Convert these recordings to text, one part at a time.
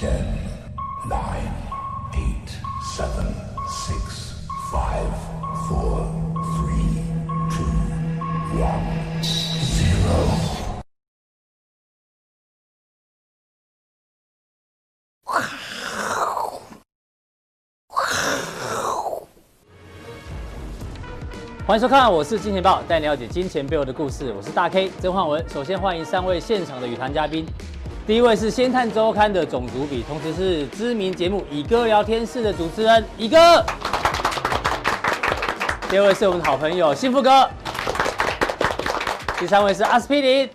10, 9, 8, 7, 6, 5, 4, 3, 2, 1, 0. 欢迎收看，我是金钱豹，带你了解金钱背后的故事。我是大 K 曾焕文。首先欢迎3位现场的语坛嘉宾。第一位是《先探周刊》的总主笔，同时是知名节目《乙哥聊天室》的主持人乙哥。第二位是我们的好朋友幸福哥。第三位是阿司匹林。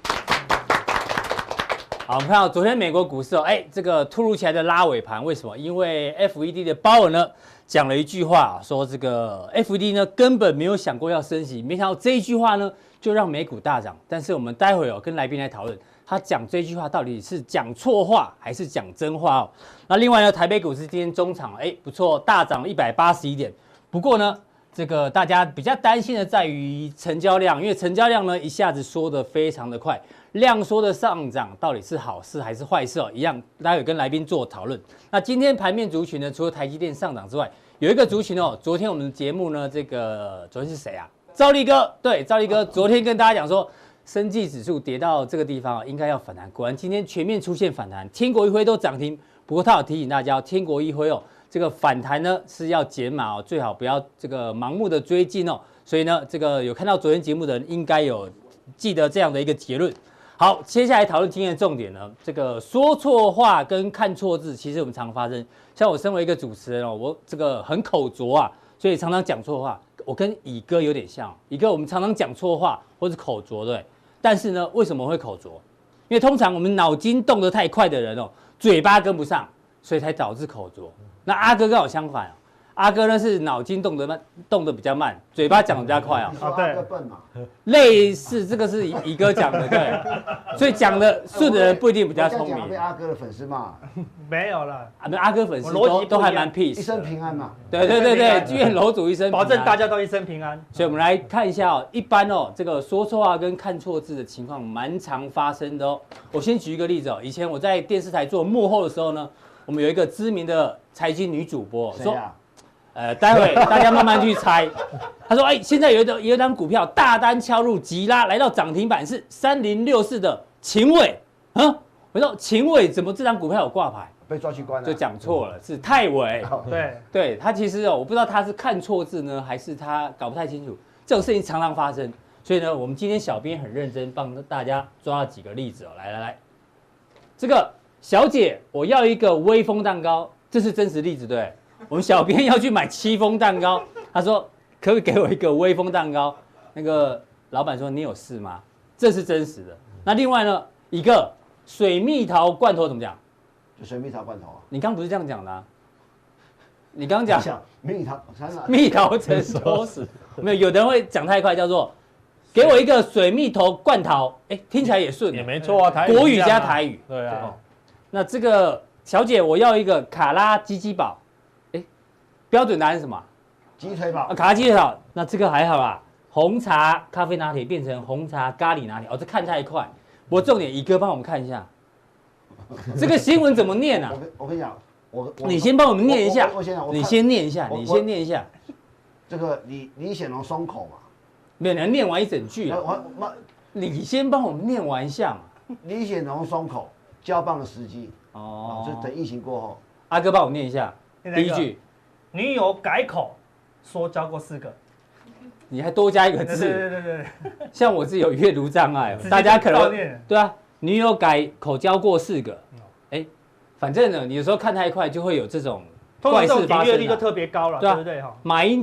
好，我们看到昨天美国股市这个突如其来的拉尾盘，为什么？因为 FED 的鲍尔呢讲了一句话，说这个 FED 呢根本没有想过要升息，没想到这一句话呢就让美股大涨。但是我们待会跟来宾来讨论，他讲这句话到底是讲错话还是讲真话哦。那另外呢，台北股市今天中场不错，大涨181点。不过呢，这个大家比较担心的在于成交量，因为成交量呢一下子缩得非常的快。量缩的上涨到底是好事还是坏事一样，待会跟来宾做讨论。那今天盘面族群呢，除了台积电上涨之外，有一个族群昨天我们的节目呢，昨天是谁啊？兆立哥，对，兆立哥昨天跟大家讲说，生技指数跌到这个地方应该要反弹，果然今天全面出现反弹，天国一辉都涨停。不过他有提醒大家，天国一辉这个反弹呢是要减码最好不要这个盲目的追进所以呢，这个有看到昨天节目的人应该有记得这样的一个结论。好，接下来讨论今天的重点呢，这个说错话跟看错字，其实我们常发生。像我身为一个主持人我这个很口拙啊，所以常常讲错话。我跟乙哥有点像，乙哥我们常常讲错话或是口拙，对。但是呢，为什么会口拙？因为通常我们脑筋动得太快的人嘴巴跟不上，所以才导致口拙。那阿哥刚好相反阿哥呢是脑筋动得比较慢，嘴巴讲得比较快对， 类似这个是乙哥讲的，对，所以讲的顺的人不一定比较聪明。 被阿哥的粉丝骂， 没有啦， 阿哥粉丝都还蛮 peace， 一生平安嘛。 对，愿楼主一生平安， 保证大家都一生平安。 所以我们来看一下一般这个说错话跟看错字的情况蛮常发生的我先举一个例子以前我在电视台做幕后的时候呢，我们有一个知名的财经女主播说。 待会大家慢慢去猜。他说：“现在有一张股票大单敲入急拉，来到涨停板是3064的秦伟我说秦伟怎么这张股票有挂牌？ 被抓去关了， 就讲错了，是泰伟。对，他其实我不知道他是看错字呢，还是他搞不太清楚。这种事情常常发生，所以呢，我们今天小编很认真帮大家抓了几个例子来，这个小姐，我要一个威风蛋糕，这是真实例子对。”我们小编要去买戚风蛋糕，他说可不可以给我一个威风蛋糕？那个老板说你有事吗？这是真实的。那另外呢，一个水蜜桃罐头怎么讲？ 就水蜜桃罐头你刚不是这样讲的你刚讲蜜桃成熟时，没有的人会讲太快，叫做给我一个水蜜桃罐头，听起来也顺， 也没错啊， 国语加台语， 对啊。 那这个小姐，我要一个卡拉鸡鸡堡。标准答案是什么？ 鸡腿堡卡拉鸡腿堡，那这个还好啦。红茶咖啡拿铁变成红茶咖喱拿铁，这看太快。不过重点，乙哥帮我们看一下，这个新闻怎么念啊？ 我跟你讲， 你先帮我们念一下。 你先念一下， 这个李显龙松口嘛， 没有，你要念完一整句你先帮我们念完一下嘛。 李显龙松口，交棒的时机就等疫情过后。 阿哥帮我念一下第一句。 女友改口说交过4个， 你还多加一个字。 对。 像我自己有阅读障碍，大家可能对啊，女友改口交过4个，反正呢，你有时候看太快就会有这种怪事发生。 点阅率就特别高了，对不对马英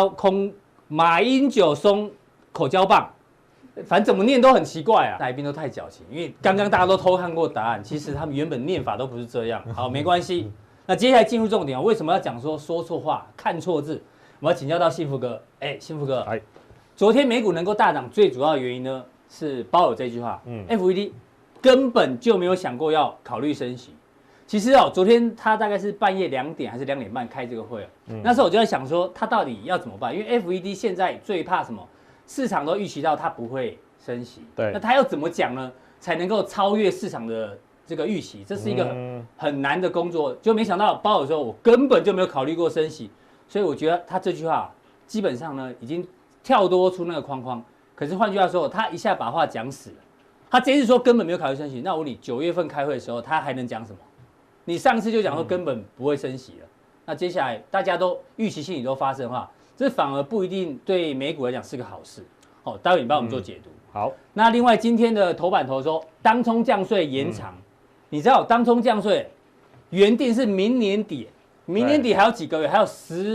九松口交棒，反正怎么念都很奇怪啊。来宾都太矫情，因为刚刚大家都偷看过答案，其实他们原本念法都不是这样。好，没关系。那接下来进入重点为什么要讲说错话、看错字？我要请教到幸福哥。幸福哥，昨天美股能够大涨，最主要的原因呢是鲍尔这句话，FED 根本就没有想过要考虑升息。其实昨天他大概是半夜2点还是2点半开这个会那时候我就在想说他到底要怎么办？因为 FED 现在最怕什么？市场都预期到他不会升息， 对， 那他要怎么讲呢，才能够超越市场的这个预期，这是一个很难的工作。就没想到鲍尔说，我根本就没有考虑过升息，所以我觉得他这句话基本上呢已经跳脱出那个框框。可是换句话说，他一下把话讲死了。他这次说根本没有考虑升息，那我问你9月份开会的时候，他还能讲什么？你上次就讲说根本不会升息了，那接下来大家都预期心理都发生的话，这反而不一定对美股来讲是个好事。哦，待会你帮我们做解读。 好， 那另外今天的头版头说当冲降税延长，你知道当冲降税原定是明年底，明年底还有几个月？还有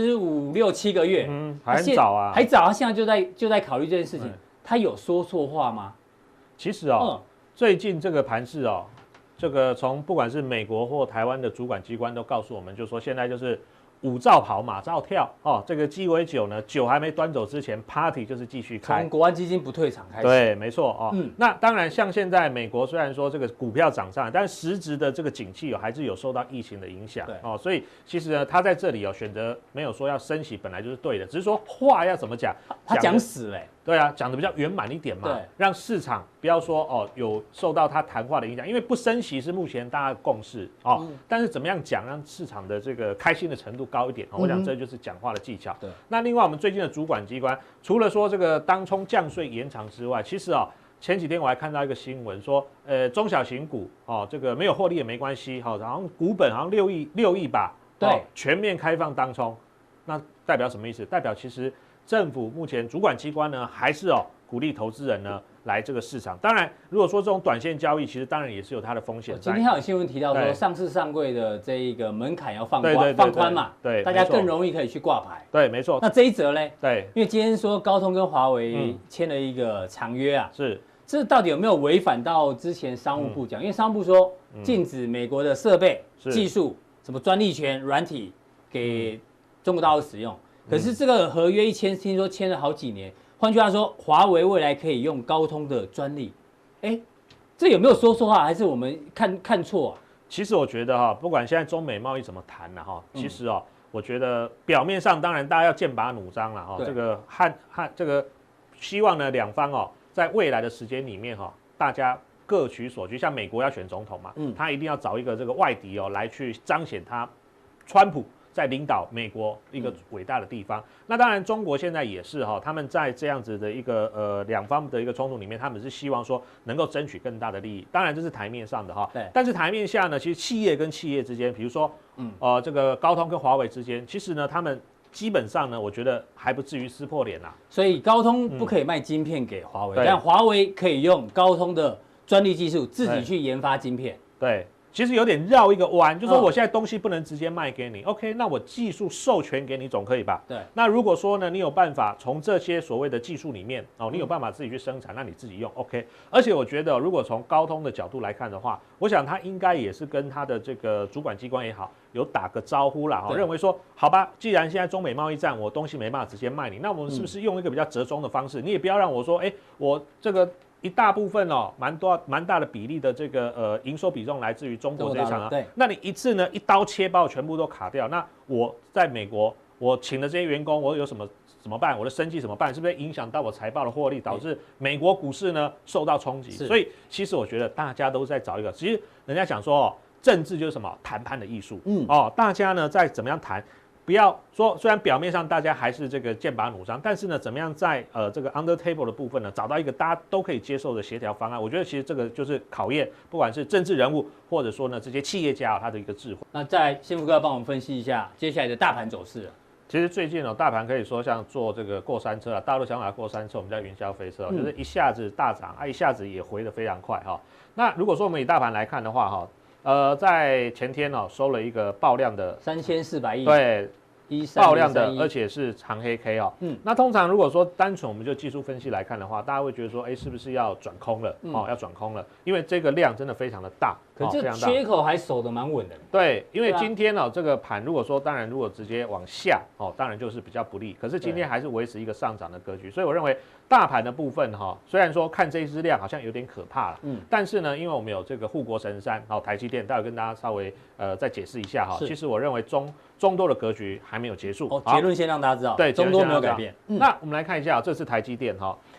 15、6、7个月， 还很早啊， 还早。他现在就在考虑这件事情，他有说错话吗？ 其实最近这个盘势这个从不管是美国或台湾的主管机关都告诉我们，就说现在就是舞照跑，马照跳这个鸡尾酒呢，酒还没端走之前 ，party 就是继续开。 从国安基金不退场开始。 对，没错那当然，像现在美国虽然说这个股票涨上来，但实质的这个景气还是有受到疫情的影响所以其实呢，他在这里选择没有说要升息，本来就是对的，只是说话要怎么讲， 他讲死了。 对啊，讲的比较圆满一点嘛，让市场不要说有受到他谈话的影响，因为不升息是目前大家的共识但是怎么样讲让市场的这个开心的程度高一点我想这就是讲话的技巧。 对， 那另外我们最近的主管机关除了说这个当冲降税延长之外，其实前几天我还看到一个新闻说，中小型股这个没有获利也没关系好像股本好像6亿吧， 对， 全面开放当冲，那代表什么意思？代表其实政府目前主管机关呢，还是鼓励投资人呢来这个市场。当然，如果说这种短线交易，其实当然也是有它的风险在。 今天还有新闻提到说，上市上柜的这一个门槛要放宽嘛， 对， 大家更容易可以去挂牌。 对，没错。 那这一则呢？ 对， 因为今天说高通跟华为签了一个长约啊， 是， 这到底有没有违反到之前商务部讲？因为商务部说禁止美国的设备、技术、什么专利权、软体给中国大陆使用。可是这个合约一签，听说签了好几年。换句话说，华为未来可以用高通的专利，这有没有说错话，还是我们看错啊？ 其实我觉得不管现在中美贸易怎么谈其实我觉得表面上当然大家要剑拔弩张了这个这个希望呢两方在未来的时间里面大家各取所需。像美国要选总统嘛，他一定要找一个这个外敌来去彰显他川普在领导美国一个伟大的地方。那当然中国现在也是他们在这样子的一个两方的一个冲突里面，他们是希望说能够争取更大的利益。当然这是台面上的但是台面下呢，其实企业跟企业之间，比如说这个高通跟华为之间，其实呢他们基本上呢，我觉得还不至于撕破脸啦。 所以高通不可以卖晶片给华为，但华为可以用高通的专利技术自己去研发晶片。 对。其实有点绕一个弯，就说我现在东西不能直接卖给你，OK， 那我技术授权给你总可以吧？ 对。 那如果说呢，你有办法从这些所谓的技术里面你有办法自己去生产，那你自己用 OK。而且我觉得，如果从高通的角度来看的话，我想他应该也是跟他的这个主管机关也好，有打个招呼啦，认为说，好吧，既然现在中美贸易战，我东西没办法直接卖你，那我们是不是用一个比较折中的方式？你也不要让我说，我这个。一大部分蛮大的比例的这个营收比重来自于中国这一场那你一次呢一刀切把我全部都卡掉，那我在美国我请的这些员工我有怎么办？我的生计怎么办？是不是影响到我财报的获利，导致美国股市呢受到冲击？所以其实我觉得大家都在找一个，其实人家讲说政治就是什么谈判的艺术，大家呢在怎么样谈？不要说，虽然表面上大家还是这个剑拔弩张，但是呢，怎么样在这个 under table 的部分呢，找到一个大家都可以接受的协调方案？我觉得其实这个就是考验，不管是政治人物，或者说呢这些企业家他的一个智慧。 那再幸福哥要帮我们分析一下接下来的大盘走势。 其实最近大盘可以说像坐这个过山车啊，大陆想法过山车，我们叫云霄飞车，就是一下子大涨一下子也回得非常快那如果说我们以大盘来看的话在前天收了一个爆量的 3400亿， 对。爆量的，而且是长黑 K 那通常如果说单纯我们就技术分析来看的话，大家会觉得说，是不是要转空了？要转空了，因为这个量真的非常的大， 可这缺口还守得蛮稳的。 对，因为今天这个盘如果说，当然如果直接往下当然就是比较不利。可是今天还是维持一个上涨的格局，所以我认为大盘的部分虽然说看这一支量好像有点可怕了，但是呢，因为我们有这个护国神山台积电，待会跟大家稍微再解释一下其实我认为中多的格局还没有结束。 结论先让大家知道，对，中多没有改变。 那我们来看一下，这是台积电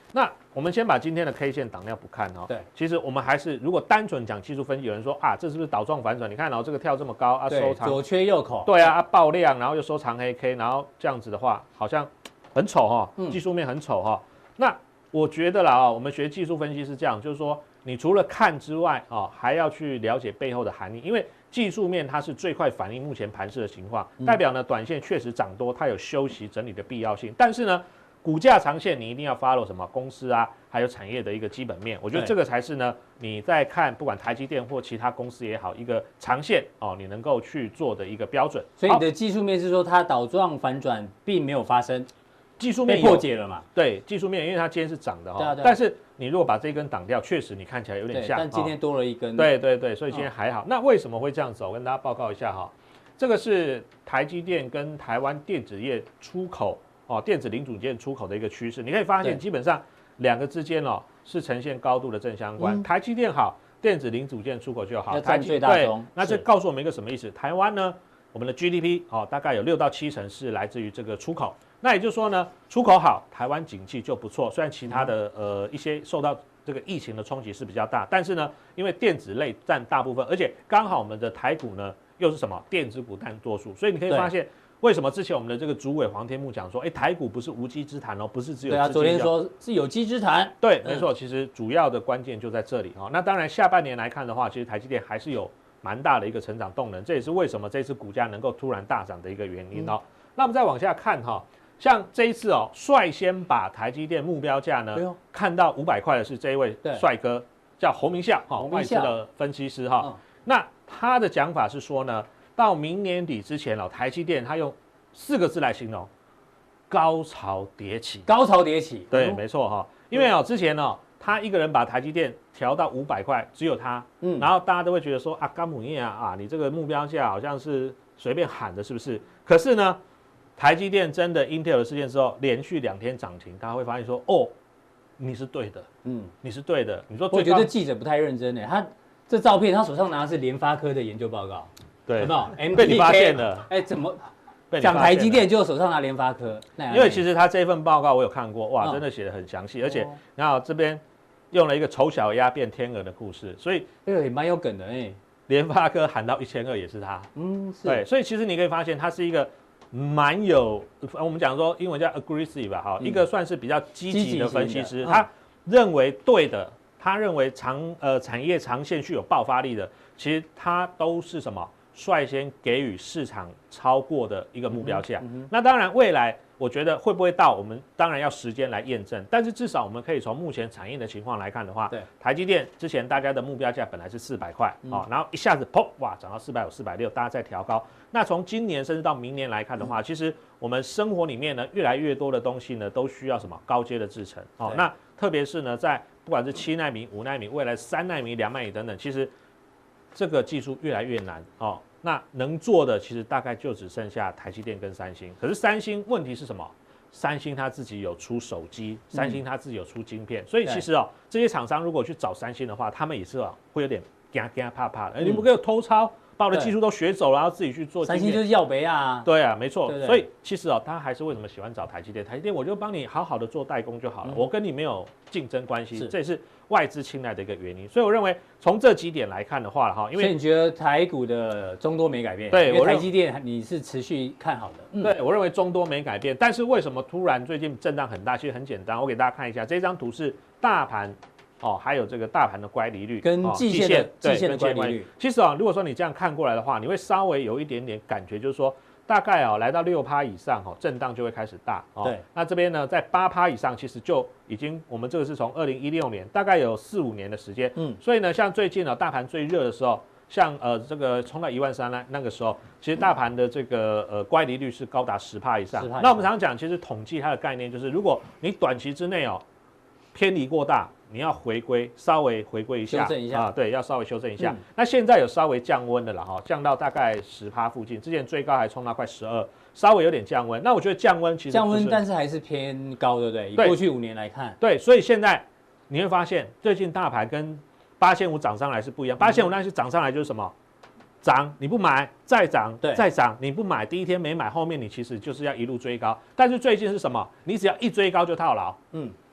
那我们先把今天的 K 线挡掉不看哦。 对， 其实我们还是如果单纯讲技术分析，有人说啊，这是不是倒状反转？你看哦，这个跳这么高啊，收长左缺右口。 对啊，爆量，然后又收长黑 K， 然后这样子的话，好像很丑哈，技术面很丑哈。那我觉得啦啊，我们学技术分析是这样，就是说你除了看之外啊，还要去了解背后的含义，因为技术面它是最快反映目前盘势的情况，代表呢短线确实涨多，它有休息整理的必要性，但是呢。股价长线你一定要 follow 什么公司啊，还有产业的一个基本面，我觉得这个才是呢你在看不管台积电或其他公司也好，一个长线哦你能够去做的一个标准。 所以你的技术面是说它倒状反转并没有发生， 技术面被破解了嘛？ 对，技术面因为它今天是涨的哈， 对啊。 但是你如果把这一根挡掉，确实你看起来有点像， 但今天多了一根。 对，所以今天还好。那为什么会这样子？我跟大家报告一下哈，这个是台积电跟台湾电子业出口。哦，电子零组件出口的一个趋势，你可以发现基本上两个之间哦是呈现高度的正相关。台积电好，电子零组件出口就好。 台积电对， 那这告诉我们一个什么意思？台湾呢，我们的 GDP 哦大概有6到7成是来自于这个出口。那也就是说呢，出口好，台湾景气就不错。虽然其他的一些受到这个疫情的冲击是比较大，但是呢，因为电子类占大部分，而且刚好我们的台股呢又是什么电子股占多数，所以你可以发现。为什么之前我们的这个主委黄天木讲说，台股不是无稽之谈哦，不是只有。 对啊，昨天说是有稽之谈。 对，没错，其实主要的关键就在这里哈。那当然下半年来看的话，其实台积电还是有蛮大的一个成长动能，这也是为什么这次股价能够突然大涨的一个原因哦。那我们再往下看哈，像这一次哦，率先把台积电目标价呢看到500块的是这一位帅哥，叫侯明孝哈，外资的分析师哈。那他的讲法是说呢。到明年底之前哦，台积电它用4个字来形容：高潮迭起。 高潮迭起， 对，没错哈。因为之前他一个人把台积电调到500块，只有他，然后大家都会觉得说啊，甘姆业啊，你这个目标价好像是随便喊的，是不是？可是呢，台积电真的 Intel 的事件之后，连续2天涨停，大家会发现说，哦，你是对的，你是对的。你说， 我觉得记者不太认真诶，他这照片他手上拿的是联发科的研究报告。 对， 有没有？ 被你发现了？ 怎么讲台积电就手上拿联发科？ 因为其实他这份报告我有看过，哇，真的写得很详细，而且你看这边用了一个丑小鸭变天鹅的故事，所以这个也蛮有梗的哎。 联发科喊到1200也是他， 是。 对，所以其实你可以发现他是一个蛮有，我们讲说英文叫 aggressive 吧，一个算是比较积极的分析师，他认为对的，他认为产业长线具有爆发力的，其实他都是什么？率先给予市场超过的一个目标价，那当然未来我觉得会不会到，我们当然要时间来验证。但是至少我们可以从目前产业的情况来看的话，台积电之前大家的目标价本来是400块啊，然后一下子砰哇涨到450、460，大家再调高。那从今年甚至到明年来看的话，其实我们生活里面呢越来越多的东西呢都需要什么高阶的制程哦。那特别是呢在不管是7奈米、5奈米，未来3奈米、2奈米等等，其实这个技术越来越难哦。那能做的其实大概就只剩下台积电跟三星。可是三星问题是什么？三星它自己有出手机，三星它自己有出晶片，所以其实这些厂商如果去找三星的话，他们也是会有点怕怕的。你不给我偷抄，把我的技术都学走了，然后自己去做晶片。 三星就是要杯啊。 对啊，没错。所以其实他还是为什么喜欢找台积电？台积电我就帮你好好的做代工就好了，我跟你没有竞争关系，这也是外资青睐的一个原因。所以我认为从这几点来看的话，因为所以你觉得台股的中多没改变？ 对， 我台积电你是持续看好的。 对，我认为中多没改变，但是为什么突然最近震荡很大？其实很简单，我给大家看一下，这张图是大盘。还有这个大盘的乖离率跟季线的乖离率。 其实如果说你这样看过来的话，你会稍微有一点点感觉，就是说大概来到6%以上震荡就会开始大。 对， 那这边呢在8%以上，其实就已经我们这个是从2016年，大概有4、5年的时间。所以呢，像最近大盘最热的时候，像这个冲到13000那个时候，其实大盘的这个乖离率是高达10%以上。那我们常常讲，其实统计它的概念就是，如果你短期之内偏离过大，你要稍微回归一下， 修正一下对，要稍微修正一下。那现在有稍微降温的了降到大概10%附近，之前最高还冲到快12%，稍微有点降温。那我觉得降温其实降温，但是还是偏高，对不对？以过去5年来看， 对，所以现在你会发现，最近大盘跟8500涨上来是不一样。8500那些涨上来就是什么？涨你不买，再涨再涨，你不买，第一天没买，后面你其实就是要一路追高。但是最近是什么？你只要一追高就套牢，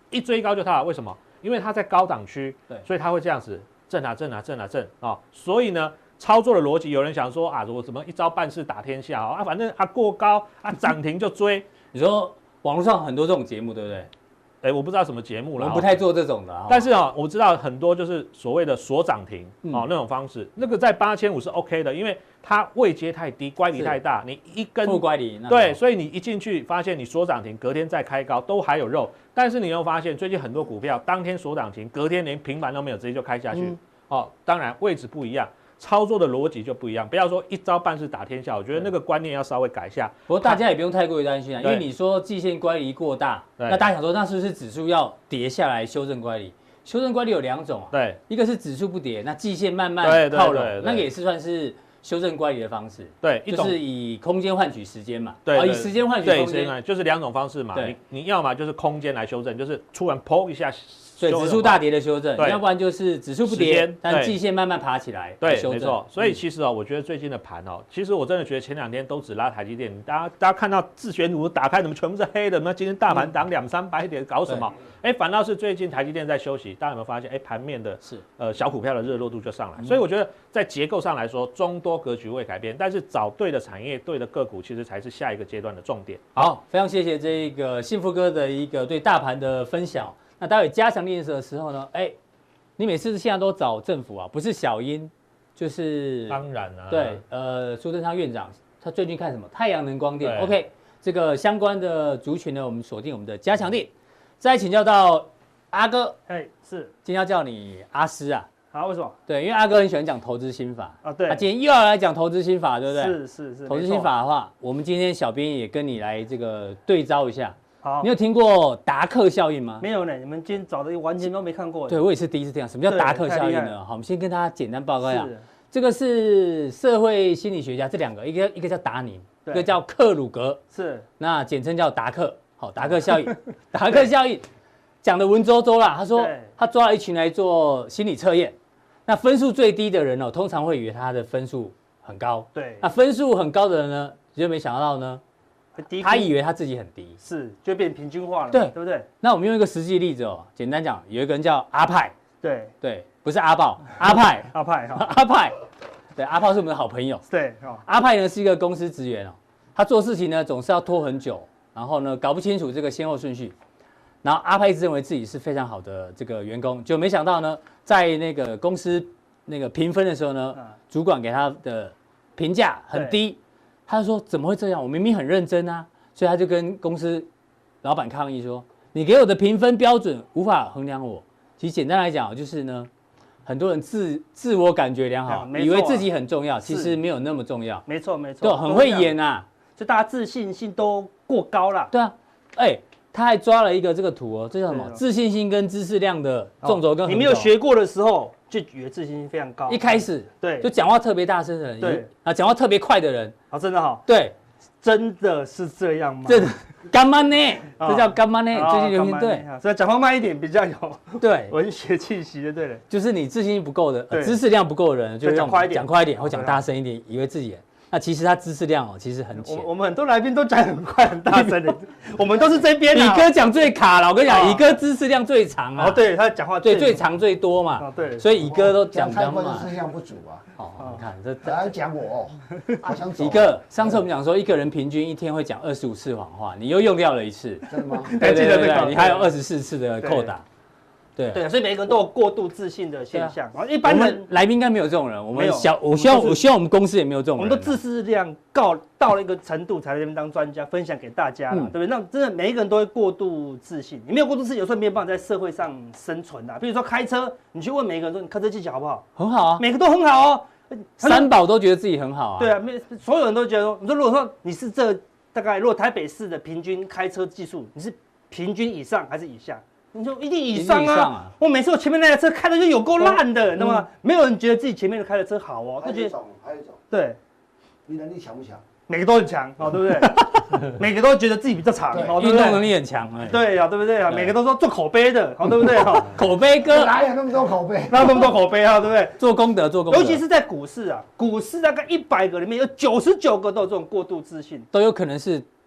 一追高就套牢，为什么？因为它在高档区， 对， 所以它会这样子震啊震啊震啊震啊，所以呢。操作的逻辑，有人想说啊，我怎么一招半式打天下啊？反正过高啊，涨停就追。 你说网络上很多这种节目，对不对？ 哎，我不知道什么节目了， 我们不太做这种的。 但是我知道很多就是所谓的锁涨停那种方式，那个在8500是 OK 的，因为它位阶太低，乖离太大，你一根不乖离， 对，所以你一进去发现你锁涨停，隔天再开高都还有肉。但是你又发现最近很多股票当天锁涨停，隔天连平板都没有，直接就开下去。当然位置不一样。操作的逻辑就不一样，不要说一招半式打天下，我觉得那个观念要稍微改一下。 不过大家也不用太过于担心啊，因为你说季线乖离过大，那大家想说，那是不是指数要跌下来修正乖离？修正乖离有2种， 对， 一个是指数不跌，那季线慢慢靠拢，那个也是算是修正乖离的方式。 对， 就是以空间换取时间嘛， 对， 以时间换取空间， 就是2种方式嘛。你要么就是空间来修正，就是突然砰一下。 对，指数大跌的修正，要不然就是指数不跌，但季线慢慢爬起来， 对，没错。所以其实我觉得最近的盘其实我真的觉得前2天都只拉台积电，大家看到自选图打开怎么全部是黑的？那今天大盘涨200-300点，搞什么？反倒是最近台积电在休息，大家有没有发现？盘面的小股票的热络度就上来，所以我觉得在结构上来说，中多格局未改变，但是找对的产业、对的个股，其实才是下一个阶段的重点。 好，非常谢谢这个幸福哥的一个对大盘的分享。那待会加强练习的时候呢，你每次现在都找政府啊，不是小英，就是当然啊， 对，苏贞昌院长他最近看什么太阳能光电 ，OK， 这个相关的族群呢，我们锁定我们的加强练。再请教到阿哥， 是， 今天要叫你阿师啊， 好，为什么？ 对，因为阿哥很喜欢讲投资心法啊，对， 他今天又要来讲投资心法，对不对？ 是， 投资心法的话，我们今天小编也跟你来这个对照一下。 好， 你有听过达克效应吗？ 没有呢，你们今天找的完全都没看过。 对，我也是第一次听。什么叫达克效应呢？好，我们先跟大家简单报告一下。这个是社会心理学家，这2个，一个叫达宁，一个叫克鲁格， 是， 那简称叫达克。好，达克效应，达克效应讲的文绉绉啦。他说他抓了一群来做心理测验，那分数最低的人通常会以为他的分数很高。 对， 那分数很高的人呢，就没想到呢。他以为他自己很低， 是就变平均化了， 对不对？ 那我们用一个实际例子简单讲，有一个人叫阿派， 对， 不是阿豹，阿派， 阿派， 阿派，对，阿炮是我们的好朋友， 对， 阿派呢是一个公司职员他做事情呢总是要拖很久，然后呢搞不清楚这个先后顺序，然后阿派自认为自己是非常好的这个员工，就没想到呢，在那个公司那个评分的时候呢，主管给他的评价很低。他就说怎么会这样？我明明很认真啊！所以他就跟公司老板抗议说：“你给我的评分标准无法衡量我。”其实简单来讲，就是呢，很多人自我感觉良好，以为自己很重要，其实没有那么重要。 没错， 对，很会演啊！ 就大家自信心都过高了。 对啊，他还抓了一个这个图这叫什么？自信心跟知识量的纵轴跟横轴。 你没有学过的时候，就以为自信心非常高。 一开始对， 就讲话特别大声的人，对啊，讲话特别快的人， 真的好。 对， 真的是这样吗？ 这干嘛呢？这叫干嘛呢？最近流行对， 所以讲话慢一点比较有对文学气息就对了。 就是你自信心不够的，知识量不够的人，就讲快一点， 讲快一点或讲大声一点，以为自己。那其实他知识量其实很浅。 我们很多来宾都讲很快很大声的，我们都是这边。 乙哥讲最卡了，我跟你讲，乙哥知识量最长啊。 对他讲话最长最多嘛。 对， 所以乙哥都讲太快，知识量不足啊。 你看这还讲我想走。 乙哥，上次我们讲说一个人平均一天会讲25次谎话，你又用掉了1次。 真的吗？ 对，你还有24次的扣打。 对，所以每个人都有过度自信的现象。一般人来宾应该没有这种人。我希望我们公司也没有这种人。 我们都自视量到了一个程度，才在这边当专家分享给大家了，对不对？那真的每一个人都会过度自信。你没有过度自信，有时候没有办法在社会上生存啊。比如说开车，你去问每一个人说你开车技巧好不好？ 很好啊， 每个都很好哦。 三宝都觉得自己很好啊。 对啊，所有人都觉得说，你说如果说你是大概如果台北市的平均开车技术，你是平均以上还是以下？你说一定以上啊！我每次我前面那台车开的就有够烂的，那么没有人觉得自己前面的开的车好哦， 还有一种， 对， 你能力强不强？ 每个都很强，对不对？每个都觉得自己比较长， 运动能力很强， 对呀，对不对？每个都说做口碑的，对不对？ 口碑哥哪有那么多口碑？ 哪有那么多口碑对不对？ 做功德， 尤其是在股市啊，股市大概100个里面有99个都有这种过度自信， 都有可能是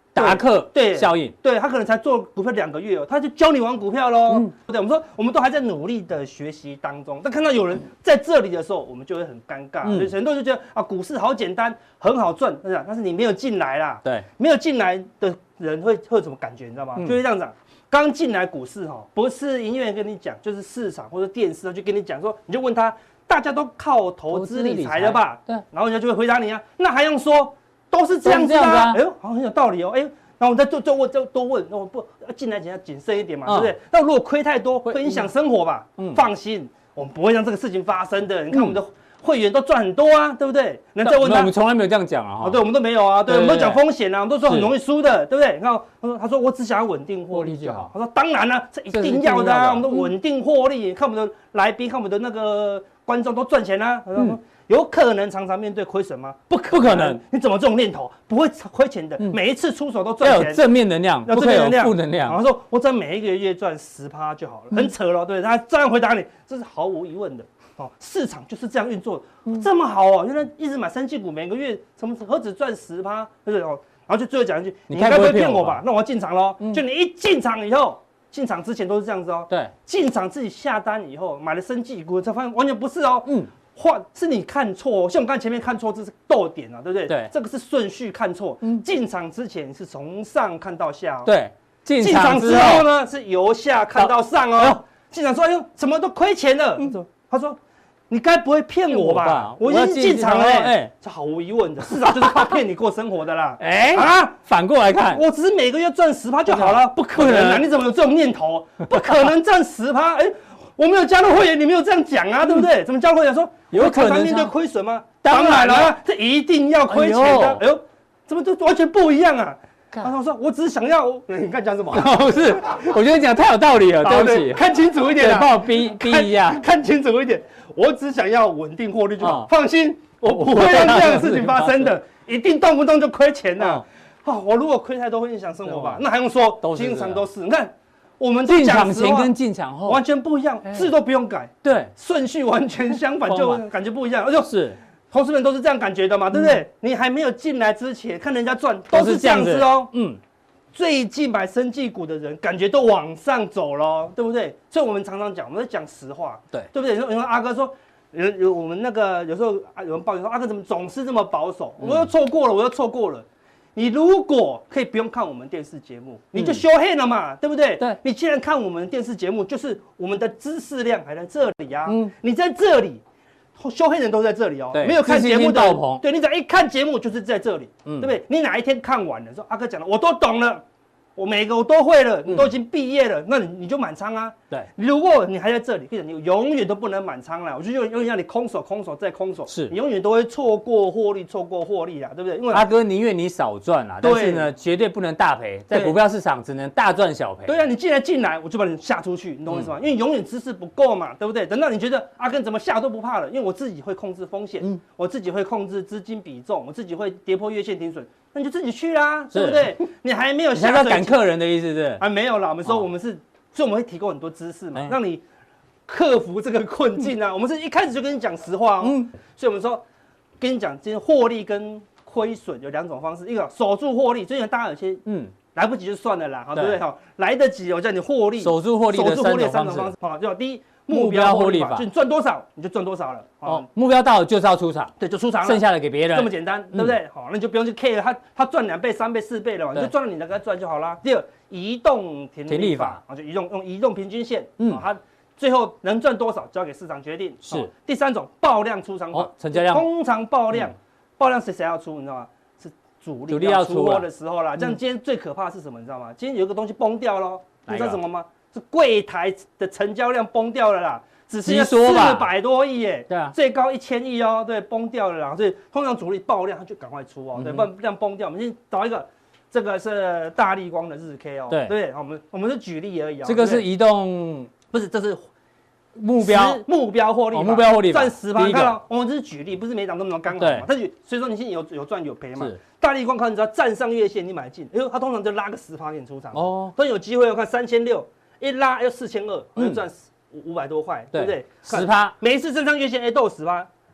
达克对效应， 对他可能才做股票2个月哦，他就教你玩股票喽。对，我们都还在努力的学习当中，但看到有人在这里的时候，我们就会很尴尬。所以很多人就觉得啊，股市好简单，很好赚，但是你没有进来啦。 对， 没有进来的人会有什么感觉，你知道吗？就会这样讲。刚进来股市哈，不是营业员跟你讲，就是市场或者电视就跟你讲说，你就问他，大家都靠投资理财的吧？对，然后人家就会回答你啊，那还用说？都是这样子啊，哎呦，好像很有道理哦，哎，然后我们再多问，那我不进来前要谨慎一点嘛，对不对？那如果亏太多，会影响生活吧？放心，我们不会让这个事情发生的。你看我们的会员都赚很多啊，对不对？那再问他， 我们从来没有这样讲啊， 对，我们都没有啊，对，我们都讲风险啊，我们都说很容易输的，对不对？你看，他说我只想要稳定获利就好。他说当然了，这一定要的啊，我们都稳定获利。看我们的来宾，看我们的那个观众都赚钱啊。他说。有可能常常面对亏损吗？不可能！你怎么这种念头不会亏钱的？每一次出手都赚钱， 要有正面能量，不可以有负能量。 然后说，我只要每一个月赚10%就好了，很扯了。对他这样回答你，这是毫无疑问的。哦，市场就是这样运作的，这么好哦！原来一直买生技股，每个月何止赚10%，对不对？哦，然后就最后讲一句，你该不会骗我吧？那我要进场喽。就你一进场以后，进场之前都是这样子哦。 对， 进场自己下单以后买了生技股，才发现完全不是哦。是你看错，像我刚才前面看错，这是逗点啊，对不对？ 对， 这个是顺序看错。进场之前是从上看到下哦。 对，进场之后呢是由下看到上哦。进场说，哎呦，怎么都亏钱了？他说，你该不会骗我吧？我已经进场了，这毫无疑问的，市场就是靠骗你过生活的啦。 反过来看， 我只是每个月赚10%就好了，不可能啊！你怎么有这种念头？不可能赚10%，哎。我没有加入会员，你没有这样讲啊，对不对？怎么加入会员说有可能面对亏损吗？当然了，这一定要亏钱的。哎呦，怎么就完全不一样啊？然后说，我只是想要，你看讲什么？ 不是，我觉得讲太有道理了，对不起， 看清楚一点， 帮我逼一下， 看清楚一点。我只想要稳定获利就好，放心，我不会让这样的事情发生的，一定动不动就亏钱的。我如果亏太多会影响生活吧？那还用说，经常都是，你看。我们进场前跟进场后完全不一样，字都不用改， 对， 顺序完全相反，就感觉不一样。就是投资人都是这样感觉的嘛，对不对？你还没有进来之前，看人家赚都是这样子哦。最近买生技股的人，感觉都往上走了，对不对？所以我们常常讲，我们在讲实话，对不对？有人阿哥说，我们那个有时候有人抱怨说，阿哥怎么总是这么保守？我又错过了。你如果可以不用看我们电视节目，你就show hand了嘛，对不对？对，你既然看我们电视节目，就是我们的知识量还在这里啊。你在这里，show hand人都在这里哦。没有看节目的，对，你只要一看节目就是在这里，对不对？你哪一天看完了，说阿哥讲的我都懂了，我每个我都会了，你都已经毕业了，那你就满仓啊。对，如果你还在这里，你永远都不能满仓了。我就永远让你空手再空手，是你永远都会错过获利啦，对不对？因为阿哥宁愿你少赚啦，但是呢，绝对不能大赔，在股票市场只能大赚小赔。 对啊，你进来，我就把你下出去，你懂我意思吗？因为永远知识不够嘛，对不对？等到你觉得阿哥怎么下都不怕了，因为我自己会控制风险，我自己会控制资金比重，我自己会跌破月线停损。那你就自己去啦，对不对？你还没有下水， 你要赶客人的意思是？ 还没有啦，我们说我们是，所以我们会提供很多知识嘛，让你克服这个困境啊。我们是一开始就跟你讲实话哦，所以我们说跟你讲，今天获利跟亏损有2种方式，一个守住获利，最近大家有些来不及就算了啦，对不对？好，来得及我叫你获利， 守住获利的3种方式， 好，就第一。目标获利法，就你赚多少你就赚多少了。 目标到了就是要出场， 对，就出场了， 剩下的给别人， 这么简单，对不对？好，那你就不用去 care 他赚2倍、3倍、4倍了嘛，你就赚了你的给他赚就好啦。第二，移动停利法，就用移动平均线，它最后能赚多少交给市场决定。是。第3种爆量出场法， 成交量通常爆量是谁要出？你知道吗？是主力要出货的时候啦。这样今天最可怕的是什么？你知道吗？今天有一个东西崩掉咯，你知道什么吗？是柜台的成交量崩掉了啦，只剩下400多亿耶，对啊，最高1000亿哦，对，崩掉了啦，所以通常主力爆量，他就赶快出哦，对，不然这样崩掉。我们先找一个，这个是大立光的日 K 哦，对对，我们是举例而已啊， 这个是移动， 不是，这是目标获利， 目标获利赚10%，看到我们这是举例，不是每档都能刚好嘛，所以说你现在有赚有赔嘛。大立光看，你只要站上月线，你买进，它通常就拉个10%给你出场哦，都有机会。我看3600。一拉要4200，就赚500多块，对不对？ 10%， 每一次站上月线，都有10%，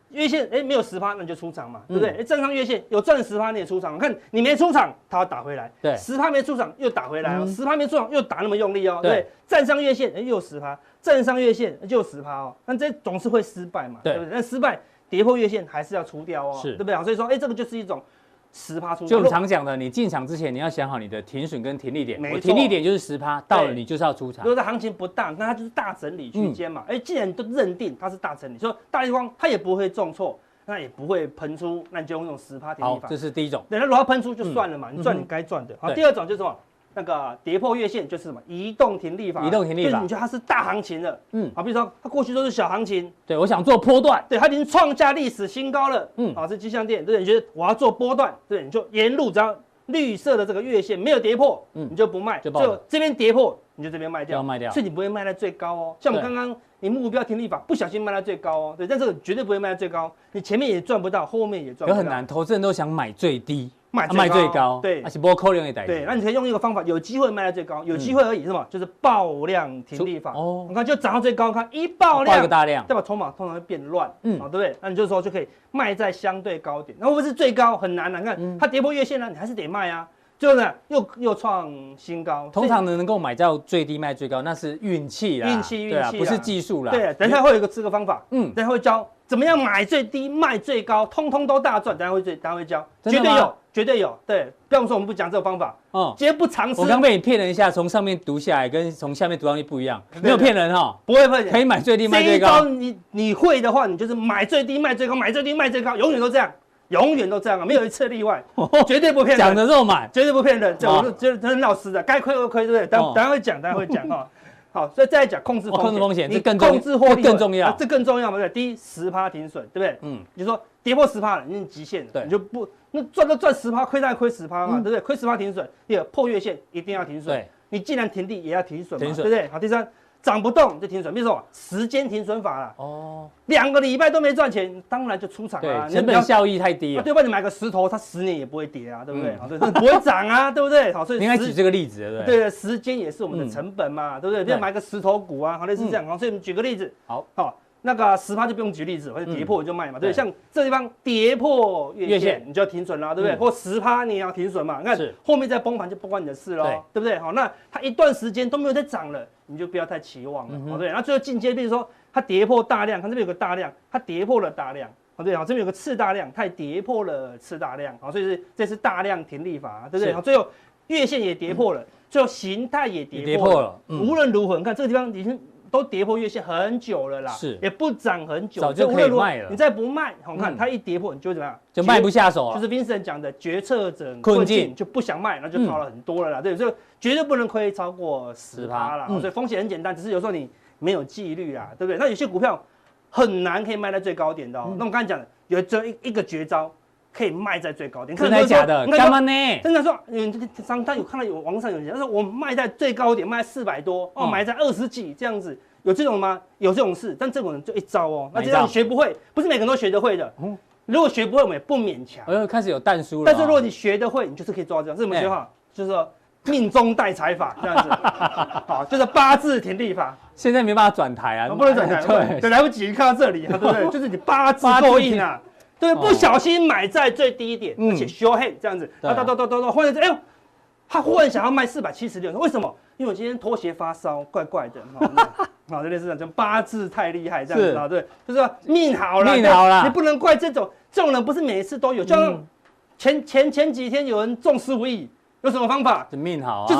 月线没有10%，那你就出场嘛，对不对？站上月线有赚10%你也出场，看你没出场，它要打回来， 对 ，10%没出场又打回来哦，10%没出场又打那么用力哦， 对对，站上月线又10%，站上月线就10%哦，那这总是会失败嘛， 对对不对？那失败跌破月线还是要出掉哦， 是对不对？所以说，这个就是一种10%出场， 就我们常讲的，你进场之前你要想好你的停损跟停利点， 没错我停利点就是10%，到了你就是要出场如。果它行情不大，那它就是大整理区间嘛。既然你都认定它是大整理，所以大立光它也不会重挫，那也不会喷出，那你就用这种10%停利法。 这是第一种。 对，那如果它喷出就算了嘛，你赚你该赚的。好，第二种就是什么？那个跌破月线就是什么？移动停利法。 移动停利法， 就是你觉得它是大行情了，好，比如说它过去都是小行情， 对，我想做波段， 对，它已经创下历史新高了，好，这迹象店，对，你觉得我要做波段，对，你就沿路只要绿色的这个月线没有跌破，你就不卖，就这边跌破你就这边卖掉，所以你不会卖在最高哦。像我们刚刚你目标停利法不小心卖在最高哦，对，但这个绝对不会卖在最高，你前面也赚不到，后面也赚不到， 很难，投资人都想买最低。 卖最高， 对， 而且不扣量也对，那你可以用一个方法，有机会卖在最高，有机会而已，是吗？就是爆量停利法。你看就涨到最高，看一爆量， 爆一个大量， 代表筹码通常会变乱，对不对？那你就说就可以卖在相对高点，那会不会是最高很难啊？你看它跌破月线了，你还是得卖啊。最后呢，又创新高。 通常能够买到最低卖最高，那是运气啦， 运气啦， 不是技术啦。 对，等一下会有一个这个方法，等一下会教怎么样买最低卖最高，通通都大赚。等一下会教，绝对有，绝对有。对，不要说我们不讲这个方法，绝不尝试。 我刚被你骗了一下，从上面读下来跟从下面读上去不一样，没有骗人哈， 不会骗人， 可以买最低卖最高。 这一招你会的话，你就是买最低卖最高，买最低卖最高，永远都这样。永远都这样啊，没有一次例外，绝对不骗人。 讲的这么满， 绝对不骗人，我就觉得很老实的，该亏就亏，对不对？等下会讲哈。好，所以再讲控制风险， 这更控制获利更重要， 这更重要嘛？对，第一10%停损，对不对？你说跌破10%了，你极限了，你就不那赚10%，亏大概亏10%嘛，对不对？亏10%停损，第二破月线一定要停损，你既然停地也要停损嘛，对不对？好，第三。涨不动就停损，比如说时间停损法啦。2个礼拜都没赚钱，当然就出场啦。 成本效益太低了。 对吧？你买个石头，它10年也不会跌啊，对不对？好，对，不会涨啊，对不对？好，所以你应该举这个例子，对不对？ 对，时间也是我们的成本嘛，对不对？就买个石头股啊，好，类似这样。好，所以我们举个例子，好，那个10%就不用举例子，或者跌破就卖嘛，对。像这地方跌破月线，你就要停损啦，对不对？或10%你也要停损嘛。你看后面再崩盘就不关你的事喽，对不对？好，那它一段时间都没有再涨了，你就不要太期望了，好，对。然后最后进阶，比如说它跌破大量，看这边有个大量，它跌破了大量，好，对。好，这边有个次大量，它也跌破了次大量，好，所以这是大量停利法，对不对？好，最后月线也跌破了，最后形态也跌破了，无论如何，你看这个地方已经。都跌破月线很久了啦，也不涨很久， 早就可以卖了。 你再不卖，好看它一跌破，你就怎么样？ 就卖不下手了。 就是 Vincent 讲的决策者困境，就不想卖，那就套了很多了啦。对，就绝对不能亏超过10%啦。所以风险很简单，只是有时候你没有纪律啦，对不对？那有些股票很难可以卖在最高点的哦。那我刚才讲的，有只有一个绝招。可以卖在最高点， 真的假的？干嘛呢？ 真的说，商他有看到有网上有人，他说我卖在最高点，卖400多，买在20几这样子，有这种吗？有这种事，但这种人就一招哦，那这样学不会，不是每个人都学得会的。如果学不会，我们也不勉强。 开始有淡书了。 但是如果你学得会，你就是可以做到这样。这怎么学法？就是说命中带财法这样子，好，就是8字停利法。 现在没办法转台啊， 不能转台，对，来不及看到这里，对不对？就是你8字够硬啊。对，不小心买在最低点，而且 show hand 这样子，忽然哎呦，他忽然想要卖476，为什么？因为我今天拖鞋发烧，怪怪的，好，就类似这样，就8字太厉害这样子啊，对，就是说命好了，你不能怪这种人不是每一次都有，就像前几天有人中15亿，有什么方法？ 命好啊， 就是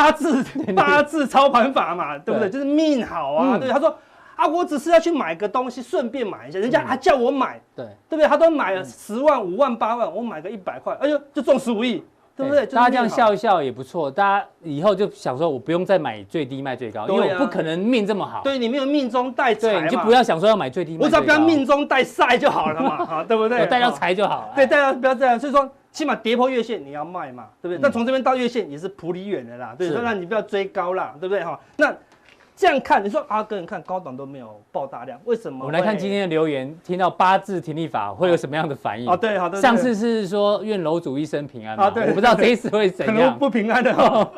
8字操盘法嘛，对不对？就是命好啊，对，他说。我只是要去买个东西，顺便买一下，人家还叫我买，对不对？他都买了10万、5万、8万，我买个100块，哎呦，就中15亿，对不对？ 大家这样笑一笑也不错，大家以后就想说，我不用再买最低卖最高，因为我不可能命这么好。 对，你没有命中带财嘛， 你就不要想说要买最低卖最高， 我只要不要命中带晒就好了嘛，对不对？ 带到财就好了。 对，带到不要这样，所以说起码跌破月线你要卖嘛，对不对？但从这边到月线也是普里远的啦，对，那你不要追高啦，对不对？哈，那。这样看，你说阿哥，你看高档都没有爆大量，为什么？ 我们来看今天的留言，听到8字停利法会有什么样的反应？ 对，好的。 上次是说愿楼主一生平安嘛，对，我不知道这一次会怎样， 可能不平安的哦。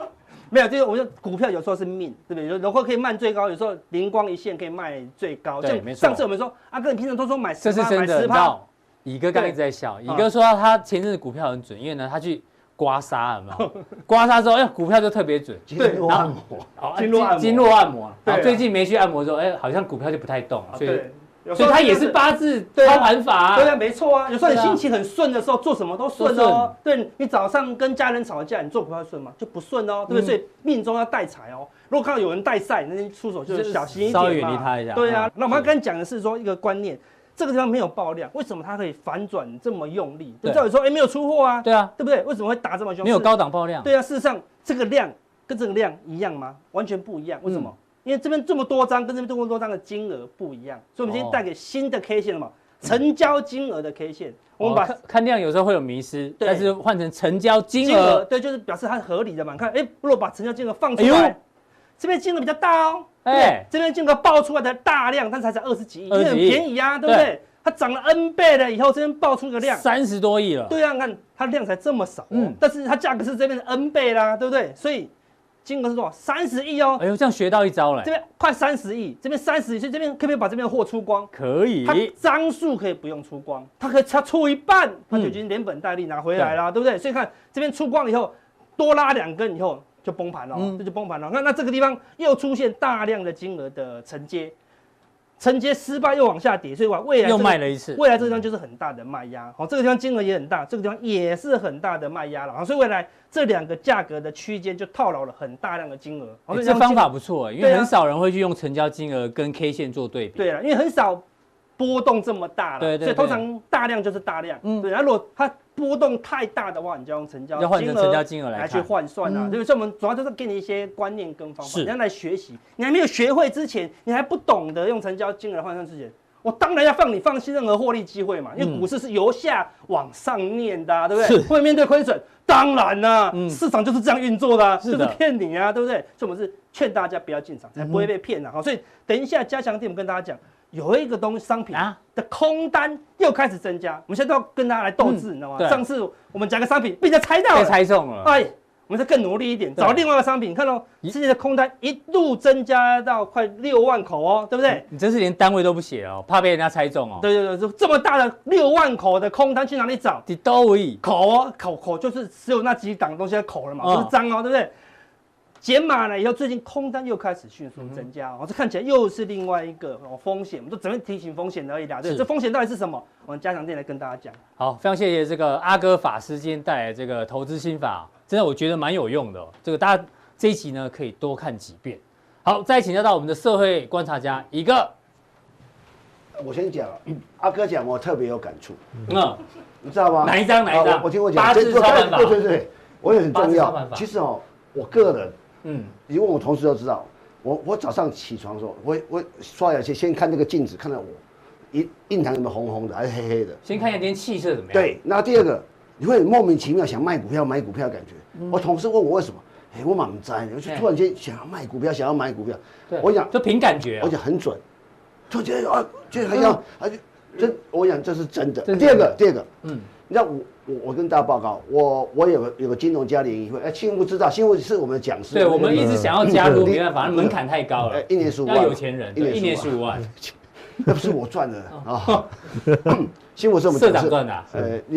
没有，就是我们股票有时候是命，对不对？有时候可以卖最高，有时候灵光一现可以卖最高。 对，没错。 上次我们说，阿哥，你平常都说买10%， 这是真的，你知道？乙哥刚刚一直在笑，乙哥说他前阵子股票很准，因为呢他去刮痧，有没有？刮痧之后，股票就特别准。 经络按摩， 经络按摩。然后最近没去按摩之后，好像股票就不太动了，所以他也是八字操盘法。 对啊，没错啊。有时候你心情很顺的时候，做什么都顺哦。对，你早上跟家人吵架，你做股票顺吗？就不顺哦，对不对？所以命中要带财哦。如果看到有人带赛，那你出手就小心一点嘛， 稍微远离他一下。 对啊。那我们要跟你讲的是说一个观念。这个地方没有爆量，为什么它可以反转这么用力？就照理说，没有出货啊， 对啊， 对不对？为什么会打这么凶？ 没有高档爆量。 对啊，事实上这个量跟这个量一样吗？完全不一样。为什么？因为这边这么多张跟这边这么多张的金额不一样，所以我们今天带给新的 K 线了嘛，成交金额的 K 线。我们把看量有时候会有迷失，但是换成成交金额， 对，就是表示它合理的嘛。看，如果把成交金额放出来，这边金额比较大哦，这边金额爆出来的大量，但是才20几亿，因为很便宜啊，对不对？它涨了 N 倍了以后，这边爆出个量 30多亿了。 对啊，你看它量才这么少，但是它价格是这边的 N 倍啦，对不对？所以金额是多少？30亿哦。 哎呦，这样学到一招了。这边快30亿，这边30亿，所以这边可不可以把这边的货出光？ 可以。 它张数可以不用出光，它可以它出一半，它就已经连本带利拿回来了，对不对？所以看这边出光以后，多拉2根以后就崩盘了，这就崩盘了。那这个地方又出现大量的金额的承接。承接失败又往下跌，所以未来又卖了一次， 未来这个地方就是很大的卖压。好，这个地方金额也很大，这个地方也是很大的卖压了。所以未来这2个价格的区间就套牢了很大量的金额。 这方法不错，因为很少人会去用成交金额跟 K 线做对比。 对啊，因为很少波动这么大了，所以通常大量就是大量。对，如果它波动太大的话，你就要用成交金额来去换算啊。对，所以我们主要就是给你一些观念跟方法，你要来学习。你还没有学会之前，你还不懂得用成交金额来换算之前，我当然要放弃任何获利机会嘛。因为股市是由下往上念的，对不对？会面对亏损，当然啦，市场就是这样运作的，就是骗你啊，对不对？所以我们是劝大家不要进场，才不会被骗啊。所以等一下加强店，我们跟大家讲。有一个商品的空单又开始增加，我们现在都要跟大家来斗智，你知道吗？上次我们讲个商品被人家猜到了， 被猜中了。 我们再更努力一点，找另外一个商品。看到之前的空单一路增加到快6万口哦，对不对？ 你真是连单位都不写哦，怕被人家猜中哦。 对，这么大的6万口的空单去哪里找？口就是只有那几档东西在口了嘛，不是张哦，对不对？减码了以后，最近空单又开始迅速增加，这看起来又是另外一个风险，我们就只会提醒风险而已啦。对，这风险到底是什么？我们加强店来跟大家讲。 好，非常谢谢这个阿哥法师今天带来这个投资心法，真的我觉得蛮有用的。这个大家这一集呢可以多看几遍。好，再请教到我们的社会观察家一个， 我先讲，阿哥讲我特别有感触，你知道吗？ 哪一张？ 我听我讲， 八字操盘法， 对，我也很重要。其实我个人。你问我同事都知道，我早上起床的时候，我刷牙先看这个镜子，看到我印堂有没有红红的，还是黑黑的。 先看一下今天气色怎么样。 对，那第二个，你会莫名其妙想买股票的感觉。我同事问我为什么，我蛮不知道，我就突然间想要卖股票，我讲就凭感觉， 我讲很准，突然间觉得很像，我讲这是真的。第二个，你知道我跟大家报告，我有个金融家联谊会，新吴知道，新吴是我们的讲师。 对，我们一直想要加入，没办法，门槛太高了。 1年15万， 要有钱人，一年15万， 那不是我赚的啊。新吴是我们社长赚的。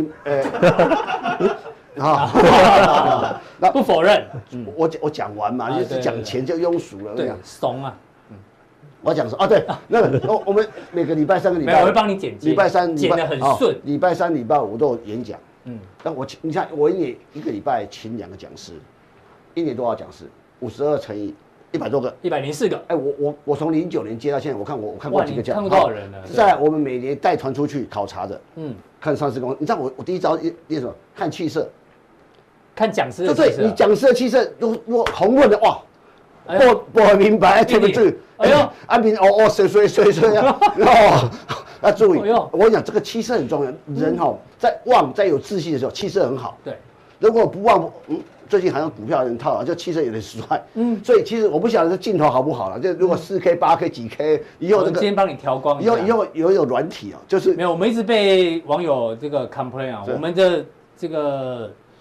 那不否认。 我讲完嘛，就是讲钱就庸俗了。 对，怂啊。 我讲说对，那个我们每个礼拜3个礼拜， 我会帮你剪辑， 礼拜3 剪得很顺， 礼拜3、礼拜5都有演讲。但你看我一个礼拜请2个讲师，1年多少讲师？52乘以100多个 ，104个。 我从09年接到现在，我看过几个讲， 看过多少人了？ 在我们每年带团出去考察的，看上市公司。你知道我第一招练什么？看气色， 看讲师的气色。 对，你讲师的气色，如果红润的哇。不很明白，对不对？安平水啊！要注意，我跟你讲，这个气色很重要。人在旺、在有自信的时候，气色很好。 对， 如果不旺，最近好像股票人套，就气色有点衰。所以其实我不晓得这镜头好不好了。就如果4K、8K、几 K， 以后今天帮你调光。 以后有软体就是没有，我们一直被网友这个 complain 啊，我们的这个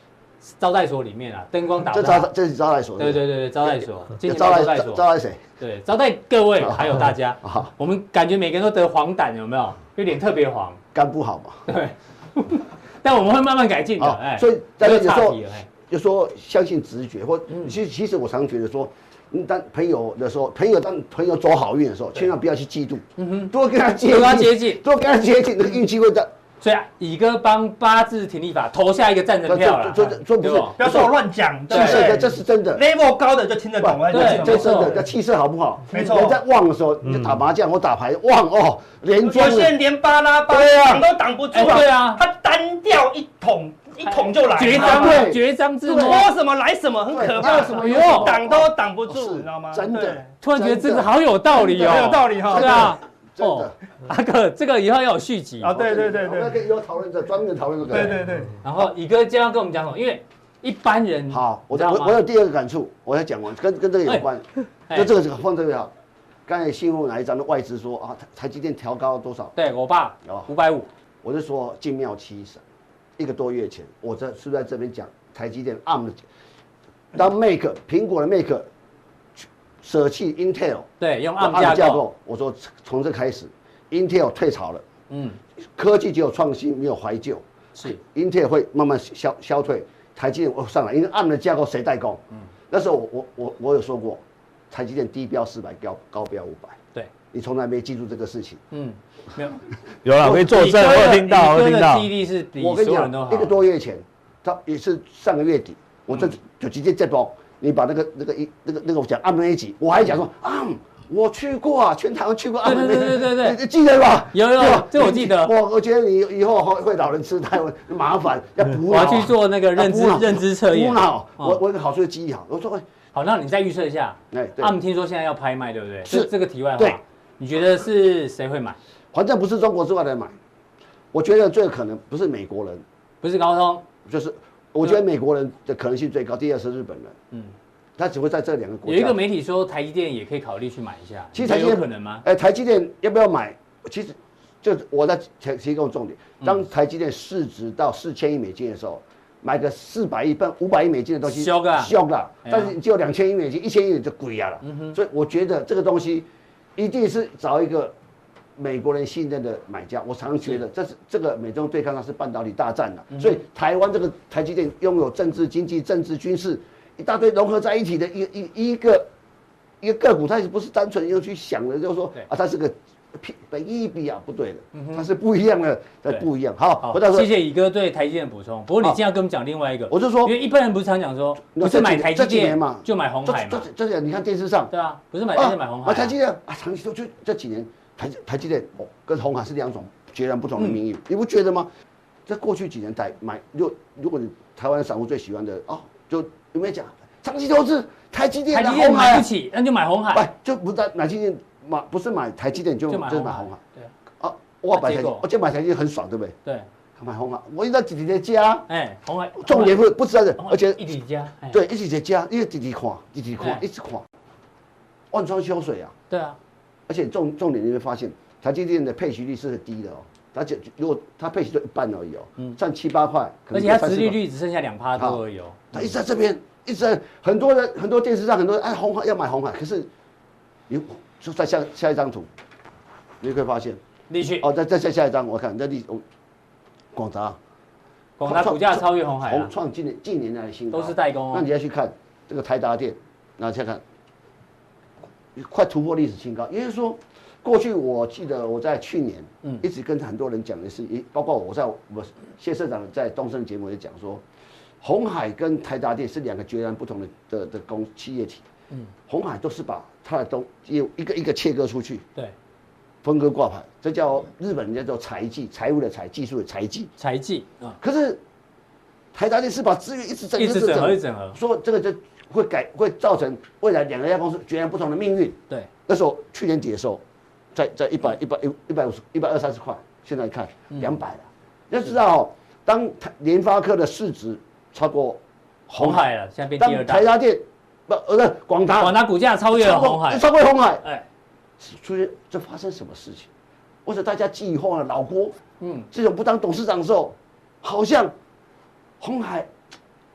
招待所里面啊，灯光打不这是招待所。 对，招待所。 招待谁？ 对，招待各位还有大家。我们感觉每个人都得黄疸，有没有？有点特别黄， 肝不好嘛。 对。但我们会慢慢改进的。哎， 所以大家有时候就说相信直觉，或其实我常觉得说。当朋友的时候，当朋友走好运的时候，千万不要去嫉妒，多跟他接近，多跟他接近，那个运气会在。 所以乙哥帮八字挺立法投下一个赞成票了。 说不是， 不要说我乱讲， 气色这是真的 ，level 高的就听得懂。 对，这真的，那气色好不好？ 没错。 人在旺的时候，你就打麻将或打牌旺哦，连庄。 有些人连巴拉巴挡都挡不住。 对啊， 他单调一桶就来， 绝章自摸， 摸什么来什么，很可怕，什么用挡都挡不住，你知道吗？ 真的， 突然觉得这个好有道理哦， 很有道理哈， 对啊， 真的， 阿哥，这个以后要有续集啊，对， 我们可以有讨论者专门讨论这个， 对。 然后乙哥今天要跟我们讲什么？因为一般人好，我有第二个感触，我要讲完，跟这个有关，就这个放这个好。刚才新闻哪一张的外资说啊，台积电调高多少？ 对我爸550， 我就说静妙7神。1个多月前，我是不是在这边讲台积电 ARM 的，当 Make 苹果的 Make 舍弃 Intel， 对，用 ARM 架构， 我说从这开始 Intel 退潮了，科技只有创新没有怀旧， 是 Intel 会慢慢消退，台积电上来，因为 ARM 的架构谁代工？那时候我有说过，台积电低标400，高标500，对，你从来没记住这个事情， 没有， 有了，可以作证，我有听到， 我听到。记忆力是比所有人都好。 1个多月前，他也是上个月底，我就直接这包，你把那个我讲ARM那一集，我还讲说我去过啊，全台湾去过ARM那一集，对，你记得吧？ 有，这我记得。 我觉得你以后会老人痴呆，麻烦要补脑。 我要去做那个认知测验。 补脑，我有个好处的记忆好，我说好，那你再预测一下。ARM听说现在要拍卖，对不对？ 是这个题外话。你觉得是谁会买？ 反正不是中国之外的人买，我觉得最可能不是美国人， 不是高通， 就是我觉得美国人的可能性最高，第二是日本人，他只会在这2个国家。 有一个媒体说台积电也可以考虑去买一下， 其实台积电有可能吗？ 台积电要不要买？其实就我在提供重点，当台积电市值到4000亿美金的时候，买个400亿、500亿美金的东西， 凶了，但是只有2000亿美金、1000亿就贵啊了，所以我觉得这个东西一定是找一个美国人信任的买家。我常觉得这个美中对抗，它是半导体大战了，所以台湾这个台积电拥有政治、经济、政治、军事一大堆融合在一起的一个个股，它也不是单纯用去想的，就是说它是个本益比啊，不对的，它是不一样的，不一样。好， 谢谢乙哥对台积电的补充。不过你今天要跟我们讲另外一个， 我就说， 因为一般人不是常讲说，不是买台积电嘛，就买鸿海嘛。 这你看电视上， 对啊，不是买台积电买鸿海。 买台积电啊，长期就这几年台积电跟鸿海是2种截然不同的命运，你不觉得吗？在过去几年如果你台湾散户最喜欢的就有没有讲长期投资台积电？ 台积电买不起，那就买鸿海。 就不在买台积电。不是买台积电就买鸿海， 对啊，我买台积，我就买台积电很爽，对不对？ 对， 买鸿海，我一直在弟弟加， 鸿海重点不知道的，而且一起加， 对，一起加，因为弟弟看，一直看，万川秋水啊， 对啊， 而且重点你会发现，台积电的配息率是很低的哦，如果它配息就1半而已哦，占7、8块， 而且它殖利率只剩下2%多而已哦， 它一直在这边，一直在很多电视上很多人鸿海要买鸿海，可是就在下一张图，你可以发现，再下一张，我看那广达股价超越鸿海， 创近年来的新高， 都是代工。 那你要去看这个台达电，那再看，快突破历史新高。也就是说，过去我记得我在去年，一直跟很多人讲的是，包括我谢社长在东升节目也讲说，鸿海跟台达电是2个截然不同的企业体。鸿海都是把它的业务一个切割出去，对，分割挂牌，这叫日本人叫做财技，财务的财，技术的财技， 财技啊。可是台达电是把资源一直整合，说这个就会造成未来2家公司截然不同的命运。对，那时候去年底的时候，在150、120、130块，现在看200了。要知道当联发科的市值超过鸿海了，现在变第2大， 台达电。广达股价超越鸿海， 出现这发生什么事情？或者大家寄予厚望的老郭，这种不当董事长的时候，好像鸿海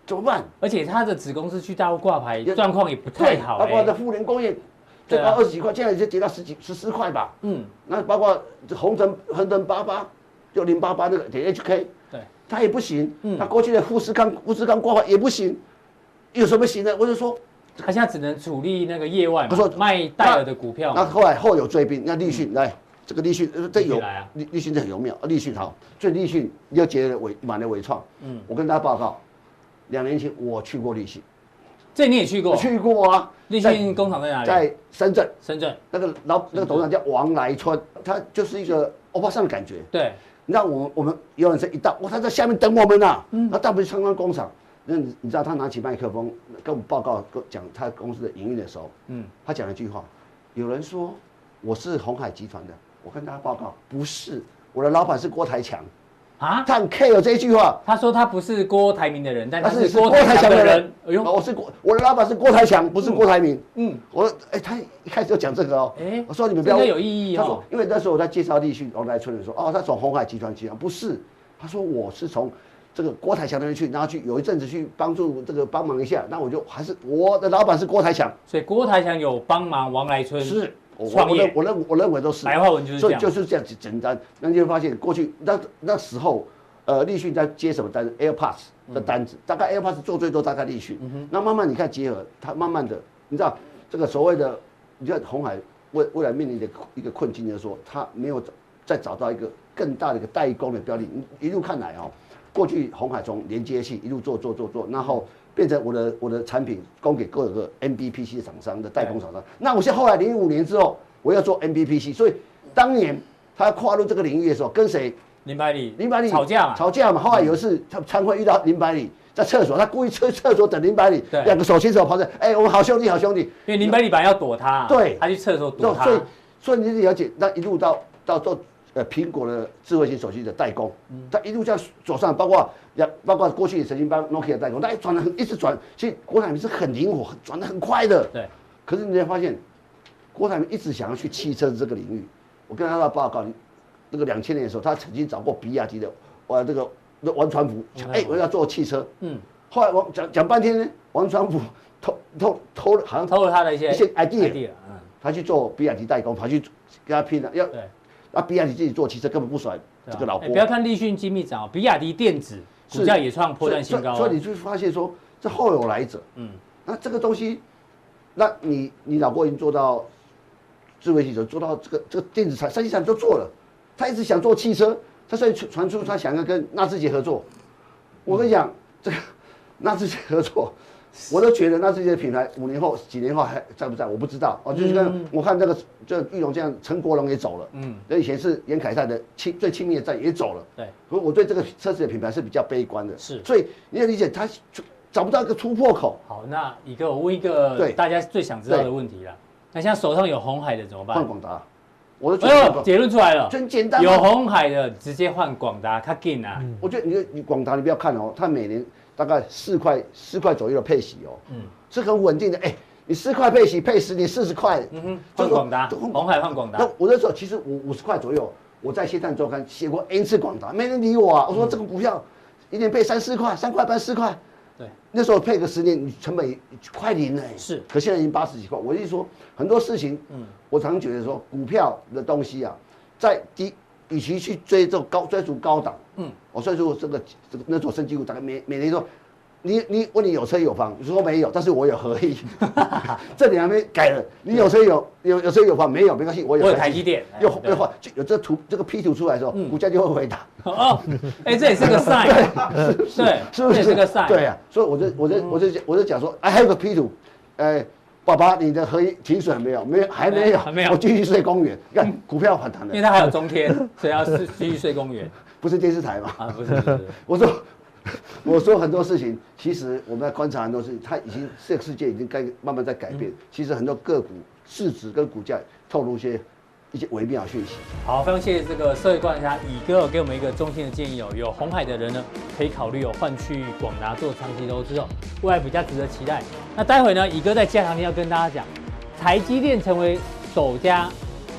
怎么办？ 而且他的子公司去大陆挂牌状况也不太好， 包括这富联工业最高20几块，现在已经跌到14块吧。那包括恒腾88就088那个点 HK， 对，它也不行。那过去的富士康挂牌也不行，有什么行的？我就说。 他现在只能处理那个业外嘛，卖戴尔的股票。 那后有追兵，那立讯来，这个立讯这有立讯这很有妙，立讯好，所以立讯又接了买了伟创。我跟大家报告，2年前我去过立讯， 这你也去过？ 去过啊。 立讯工厂在哪里？ 在深圳。 深圳那个董事长叫王来春，他就是一个欧巴桑的感觉。 对， 那我们游览车一到，哇，他在下面等我们呐。那到不去参观工厂。那你知道他拿起麦克风跟我们报告讲他公司的营运的时候，他讲了一句话，有人说我是鸿海集团的，我跟大家报告不是，我的老板是郭台强啊，他很 care 这一句话， 他说他不是郭台铭的人，但他是郭台强的人。哎呦， 我的老板是郭台强，不是郭台铭。他一开始就讲这个哦，我说你们不要， 这个有意义哦。 他说，因为那时候我在介绍立讯王来春的时候，他从鸿海集团不是，他说我是从。这个郭台强那边去，然后有一阵子去帮忙一下，那我就还是我的老板是郭台强， 所以郭台强有帮忙王来春是创业， 我认为都是白话文就是这样， 所以就是这样子简单。那你就发现过去那时候，立讯在接什么单子 ？AirPods 的单子，大概 AirPods 做最多大概立讯。那慢慢你看结合，它慢慢的，你知道这个所谓的，你看鸿海未来面临的一个困境，就是说它没有再找到一个更大的一个代工的标的，一路看来哦。过去鸿海从连接器一路做，然后变成我的产品供给各个 MBPC 的厂商的代工厂商。那我现在后来05年之后，我要做 MBPC， 所以当年他跨入这个领域的时候，跟谁？ 林百里吵架嘛。后来有一次他参会遇到林百里在厕所，他故意厕所等林百里，两个手牵手跑着，我们好兄弟。因为林百里本来要躲他，对，他去厕所躲他。 所以你了解，那一路到苹果的智慧型手机的代工，他一路这样走上，包括过去也曾经帮 Nokia 代工，他一直转，其实郭台铭是很灵活，转得很快的。对。可是你会发现，郭台铭一直想要去汽车这个领域。我跟他报告，那个2000年的时候，他曾经找过比亚迪的这个王传福，我要做汽车。后来讲半天呢，王传福偷了，好像偷了他的一些 idea， 他去做比亚迪代工，跑去跟他拼了，比亚迪自己做汽车根本不甩这个老郭。 不要看立讯精密涨，比亚迪电子股价也创波段新高。 所以你就发现说，这后有来者。那这个东西，那你老郭已经做到智慧汽车，做到这个电子产、三 C 产都做了。他一直想做汽车，他所以传出他想要跟纳智捷合作。我跟你讲，这个纳智捷合作。我都觉得那这些品牌5年后、几年后还在不在？我不知道。就是跟我看这玉龙这样，陈国荣也走了。那以前是严凯泰的最亲密的战也走了。对。所以我对这个奢侈的品牌是比较悲观的。是。所以你要理解，他找不到一个突破口。 好，那一个我问一个大家最想知道的问题了。那现在手上有鸿海的怎么办？ 换广达。我就觉得结论出来了， 真简单。 有鸿海的直接换广达，它紧啊。 我觉得你广达你不要看哦，它每年。大概4块左右的配息哦，是很稳定的。你4块配息配10年40块， 换广达，鸿海换广达。 那我那时候其实我50块左右，我在《谢探周刊》写过 N 次广达，没人理我啊。我说这个股票一年配3-4块，3块半4块。对，那时候配个10年，你成本也快0了。是，可现在已经80几块。我就说很多事情，我常觉得说股票的东西啊，在与其去追逐高档，我所以说这个那种升级股大概每年说，你问你有车有房，你说没有，但是我有合一，这里还没改了。你有车有房没有没关系，我有台积电， 有换有这个 P 图出来的时候，股价就会回答。 这也是个 sign， 对，是不是？是个 sign， 对啊，所以我就讲说，还有个 P 图，爸爸，你的合一停损没有？没有，还没有，我继续睡公园。你看股票反弹了， 因为它还有中天，所以要继续睡公园。 不是电视台吗？ 不是。 我说很多事情，其实我们在观察很多事情，它已经这个世界已经慢慢在改变。其实很多个股市值跟股价透露一些微妙讯息。 好，非常谢谢这个社会观察家乙哥给我们一个中性的建议哦。有鸿海的人呢，可以考虑换去广达做长期投资哦，未来比较值得期待。那待会呢，乙哥在加强天要跟大家讲，台积电成为首家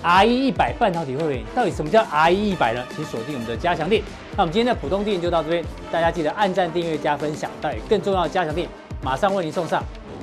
RE100半导体会员，到底什么叫 RE100呢？请锁定我们的加强店。那我们今天的普通店就到这边，大家记得按赞、订阅、加分享，待更重要的加强店马上为您送上。